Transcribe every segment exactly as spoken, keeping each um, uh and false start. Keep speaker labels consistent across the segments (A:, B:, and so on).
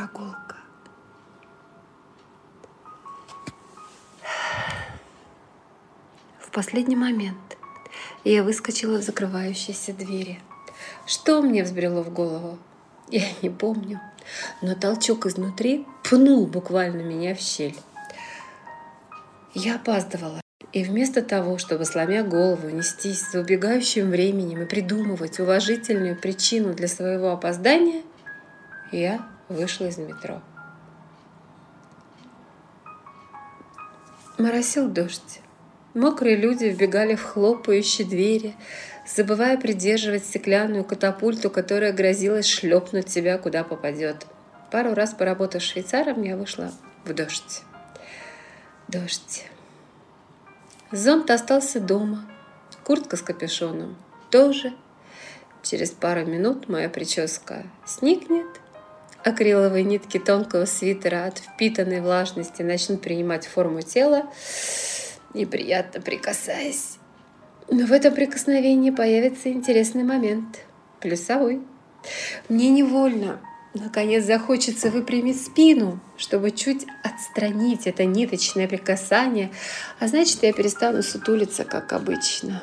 A: прогулка. В последний момент я выскочила в закрывающиеся двери. Что мне взбрело в голову? Я не помню, но толчок изнутри пнул буквально меня в щель. Я опаздывала, и вместо того, чтобы, сломя голову, нестись за убегающим временем и придумывать уважительную причину для своего опоздания, я вышла из метро. Моросил дождь. Мокрые люди вбегали в хлопающие двери, забывая придерживать стеклянную катапульту, которая грозилась шлепнуть тебя, куда попадет. Пару раз поработав швейцаром, я вышла в дождь. Дождь. Зонт остался дома. Куртка с капюшоном тоже. Через пару минут моя прическа сникнет. Акриловые нитки тонкого свитера от впитанной влажности начнут принимать форму тела, неприятно прикасаясь. Но в этом прикосновении появится интересный момент. Плюсовой. Мне невольно, наконец, захочется выпрямить спину, чтобы чуть отстранить это ниточное прикасание, а значит, я перестану сутулиться, как обычно.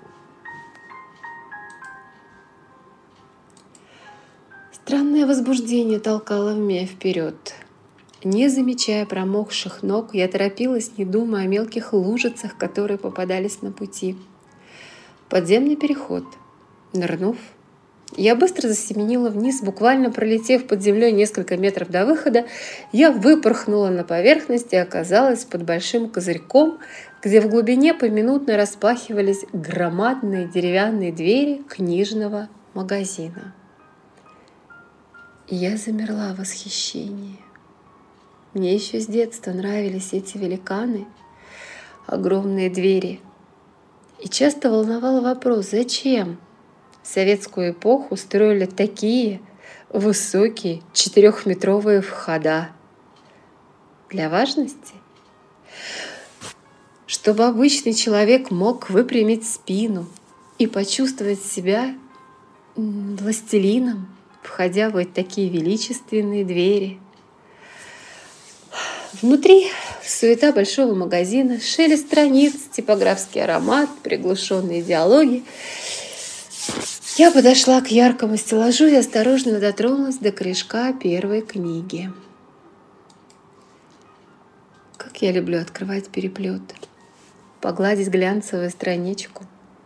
A: Странное возбуждение толкало меня вперед. Не замечая промокших ног, я торопилась, не думая о мелких лужицах, которые попадались на пути. Подземный переход. Нырнув, я быстро засеменила вниз, буквально пролетев под землей несколько метров до выхода, я выпорхнула на поверхность и оказалась под большим козырьком, где в глубине поминутно распахивались громадные деревянные двери книжного магазина. Я замерла в восхищении. Мне еще с детства нравились эти великаны, огромные двери. И часто волновал вопрос, зачем в советскую эпоху строили такие высокие четырехметровые входа? Для важности? Чтобы обычный человек мог выпрямить спину и почувствовать себя властелином, входя в вот такие величественные двери. Внутри суета большого магазина, шелест страниц, типографский аромат, приглушенные диалоги. Я подошла к яркому стеллажу и осторожно дотронулась до корешка первой книги. Как я люблю открывать переплет, погладить глянцевую страничку,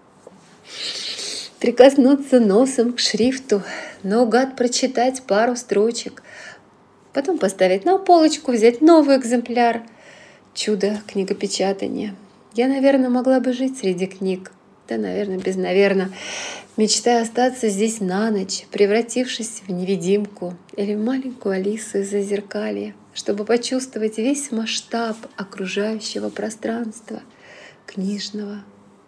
A: прикоснуться носом к шрифту, наугад прочитать пару строчек, потом поставить на полочку, взять новый экземпляр. Чудо книгопечатания. Я, наверное, могла бы жить среди книг. Да, наверное, без «наверно». Мечтая остаться здесь на ночь, превратившись в невидимку или в маленькую Алису из Зазеркалья, чтобы почувствовать весь масштаб окружающего пространства книжного.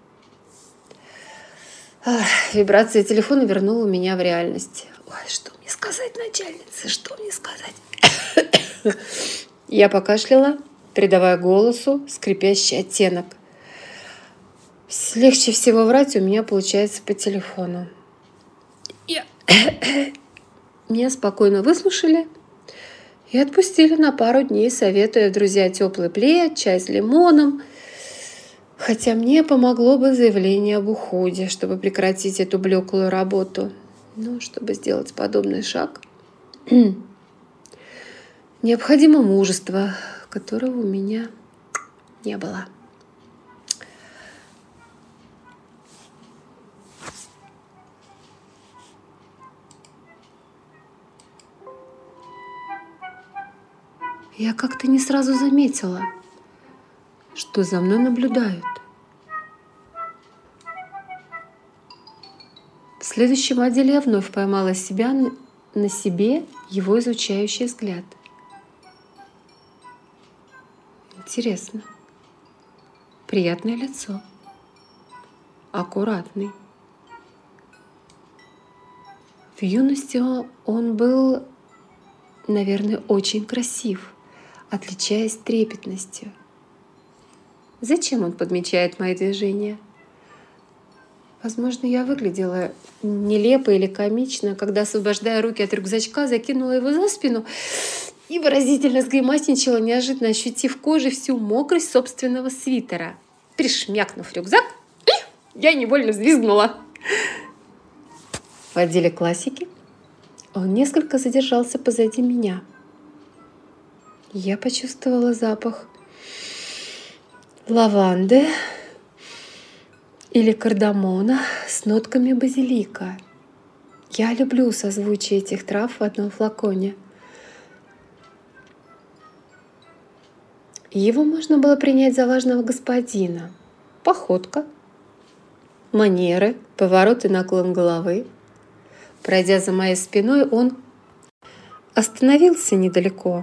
A: Ах, вибрация телефона вернула меня в реальность. Ой, что мне сказать начальнице? Что мне сказать? Я покашляла, придавая голосу скрипящий оттенок. Легче всего врать у меня получается по телефону. Я... Меня спокойно выслушали и отпустили на пару дней, советуя друзья теплый плед, чай с лимоном. Хотя мне помогло бы заявление об уходе, чтобы прекратить эту блеклую работу. Но чтобы сделать подобный шаг, необходимо мужество, которого у меня не было. Я как-то не сразу заметила, что за мной наблюдают. В следующем отделе я вновь поймала себя на себе его изучающий взгляд. Интересно. Приятное лицо. Аккуратный. В юности он был, наверное, очень красив, отличаясь трепетностью. Зачем он подмечает мои движения? Возможно, я выглядела нелепо или комично, когда, освобождая руки от рюкзачка, закинула его за спину и выразительно сгримасничала, неожиданно ощутив кожей всю мокрость собственного свитера. Пришмякнув рюкзак, я невольно взвизгнула. В отделе классики он несколько задержался позади меня. Я почувствовала запах лаванды или кардамона с нотками базилика. Я люблю созвучие этих трав в одном флаконе. Его можно было принять за важного господина. Походка, манеры, поворот и наклон головы. Пройдя за моей спиной, он остановился недалеко.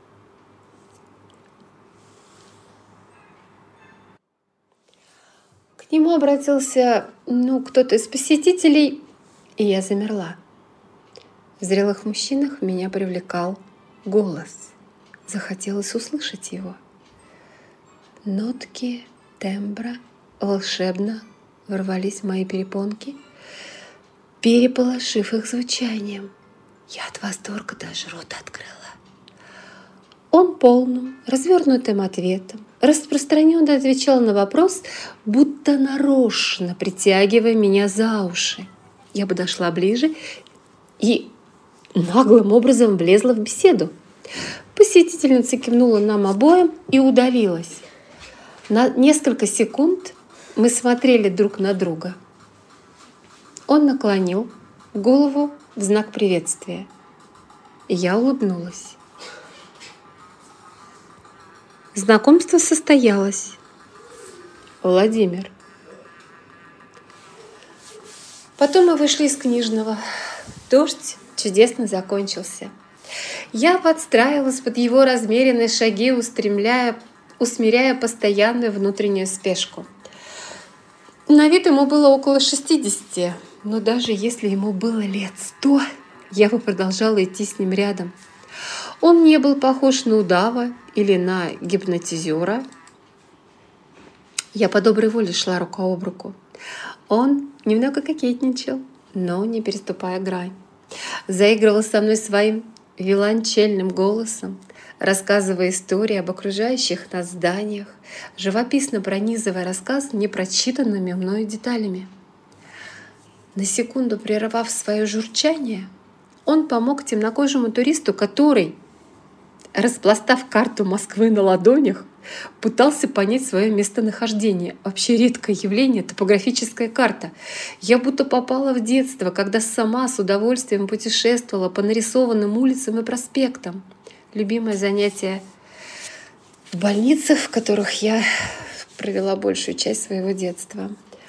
A: К нему обратился, ну, кто-то из посетителей, и я замерла. В зрелых мужчинах меня привлекал голос. Захотелось услышать его. Нотки тембра волшебно ворвались в мои перепонки, переполошив их звучанием. Я от восторга даже рот открыла. Он полным, развернутым ответом распространенно отвечал на вопрос, будто нарочно притягивая меня за уши. Я подошла ближе и наглым образом влезла в беседу. Посетительница кивнула нам обоим и удалилась. На несколько секунд мы смотрели друг на друга. Он наклонил голову в знак приветствия. Я улыбнулась. Знакомство состоялось. Владимир. Потом мы вышли из книжного. Дождь чудесно закончился. Я подстраивалась под его размеренные шаги, устремляя, усмиряя постоянную внутреннюю спешку. На вид ему было около шестидесяти, но даже если ему было лет сто, я бы продолжала идти с ним рядом. Он не был похож на удава или на гипнотизера. Я по доброй воле шла рука об руку. Он немного кокетничал, но не переступая грань. Заигрывал со мной своим виолончельным голосом, рассказывая истории об окружающих нас зданиях, живописно пронизывая рассказ непрочитанными мною деталями. На секунду прервав свое журчание, он помог темнокожему туристу, который, распластав карту Москвы на ладонях, пытался понять свое местонахождение. Вообще редкое явление — топографическая карта. Я будто попала в детство, когда сама с удовольствием путешествовала по нарисованным улицам и проспектам. Любимое занятие в больницах, в которых я провела большую часть своего детства.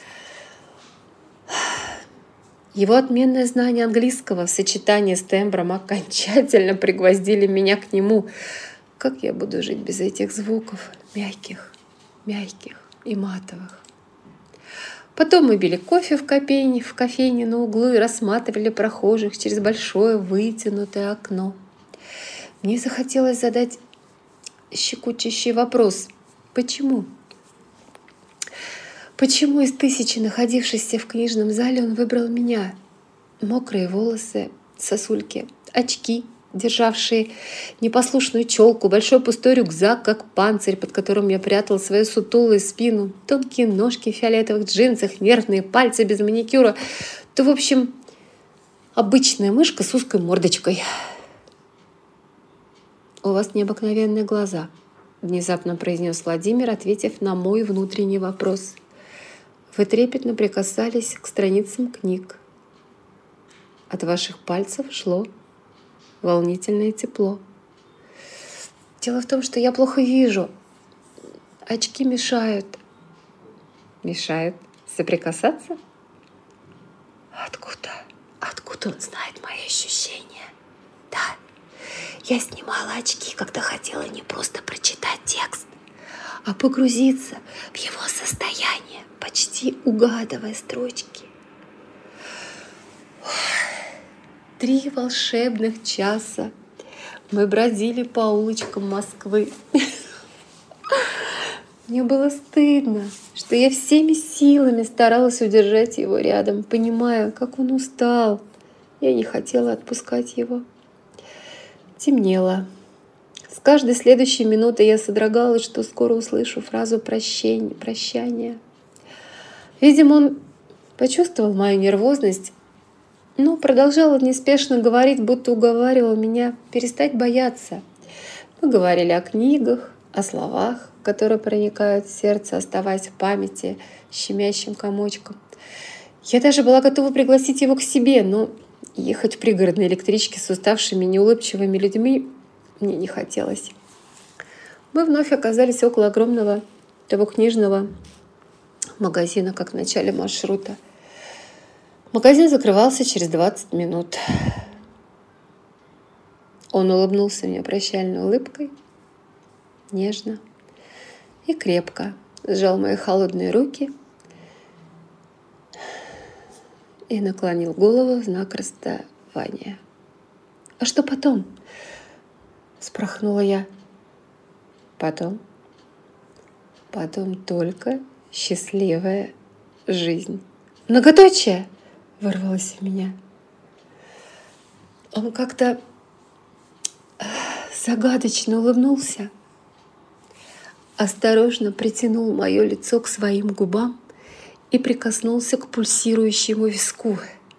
A: Его отменное знание английского в сочетании с тембром окончательно пригвоздили меня к нему. Как я буду жить без этих звуков, мягких, мягких и матовых? Потом мы пили кофе в кофейне, в кофейне на углу и рассматривали прохожих через большое вытянутое окно. Мне захотелось задать щекочущий вопрос. Почему? Почему из тысячи находившихся в книжном зале он выбрал меня? Мокрые волосы, сосульки, очки, державшие непослушную челку, большой пустой рюкзак, как панцирь, под которым я прятал свою сутулую спину, тонкие ножки в фиолетовых джинсах, нервные пальцы без маникюра. То, в общем, обычная мышка с узкой мордочкой. «У вас необыкновенные глаза», — внезапно произнес Владимир, ответив на мой внутренний вопрос. «Вы трепетно прикасались к страницам книг. От ваших пальцев шло волнительное тепло. Дело в том, что я плохо вижу. Очки мешают». «Мешают соприкасаться?» «Откуда? Откуда он знает мои ощущения?» «Да, я снимала очки, когда хотела не просто прочитать текст, а погрузиться в его состояние, почти угадывая строчки. Три волшебных часа мы бродили по улочкам Москвы. Мне было стыдно, что я всеми силами старалась удержать его рядом, понимая, как он устал. Я не хотела отпускать его. Темнело. С каждой следующей минутой я содрогалась, что скоро услышу фразу прощения, прощания. Видимо, он почувствовал мою нервозность, но продолжал неспешно говорить, будто уговаривал меня перестать бояться. Мы говорили о книгах, о словах, которые проникают в сердце, оставаясь в памяти щемящим комочком. Я даже была готова пригласить его к себе, но ехать в пригородной электричке с уставшими, неулыбчивыми людьми мне не хотелось. Мы вновь оказались около огромного того книжного магазина, как в начале маршрута. Магазин закрывался через двадцать минут. Он улыбнулся мне прощальной улыбкой, нежно и крепко сжал мои холодные руки и наклонил голову в знак расставания. «А что потом?» — спрохнула я. «Потом? Потом только счастливая жизнь». «Многоточие!» — вырвалось в меня. Он как-то загадочно улыбнулся, осторожно притянул мое лицо к своим губам и прикоснулся к пульсирующему виску.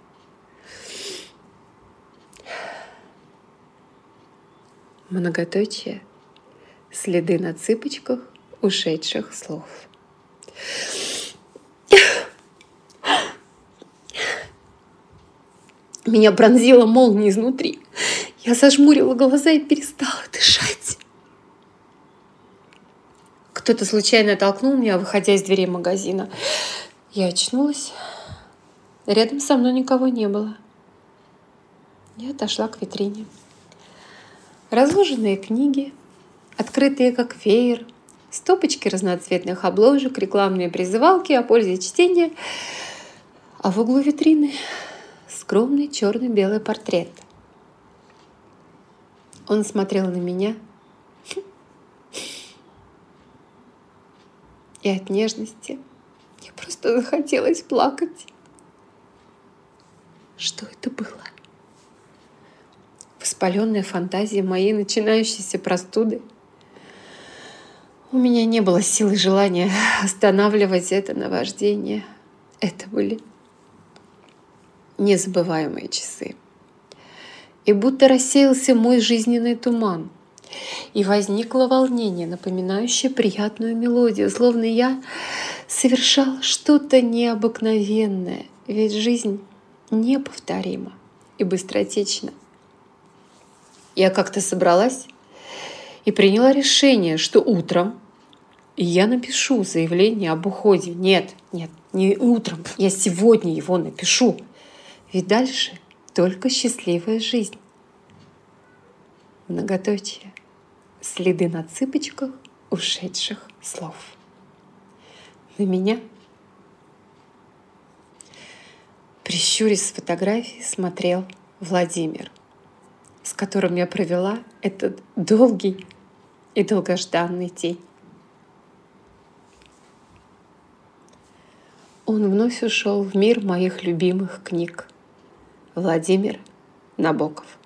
A: Многоточие, следы на цыпочках ушедших слов. Меня пронзила молния изнутри. Я зажмурила глаза и перестала дышать. Кто-то случайно толкнул меня, выходя из дверей магазина. Я очнулась. Рядом со мной никого не было. Я отошла к витрине. Разложенные книги, открытые как веер, стопочки разноцветных обложек, рекламные призывалки о пользе чтения, а в углу витрины скромный черно-белый портрет. Он смотрел на меня, и от нежности мне просто захотелось плакать. Что это было? Воспаленная фантазия моей начинающейся простуды? У меня не было сил и желания останавливать это наваждение. Это были незабываемые часы. И будто рассеялся мой жизненный туман, и возникло волнение, напоминающее приятную мелодию, словно я совершал что-то необыкновенное, ведь жизнь неповторима и быстротечна. Я как-то собралась и приняла решение, что утром я напишу заявление об уходе. Нет, нет, не утром, я сегодня его напишу, ведь дальше только счастливая жизнь. Многоточие. Следы на цыпочках ушедших слов. На меня, прищурясь с фотографии, смотрел Владимир, с которым я провела этот долгий и долгожданный день. Он вновь ушел в мир моих любимых книг. Владимир Набоков.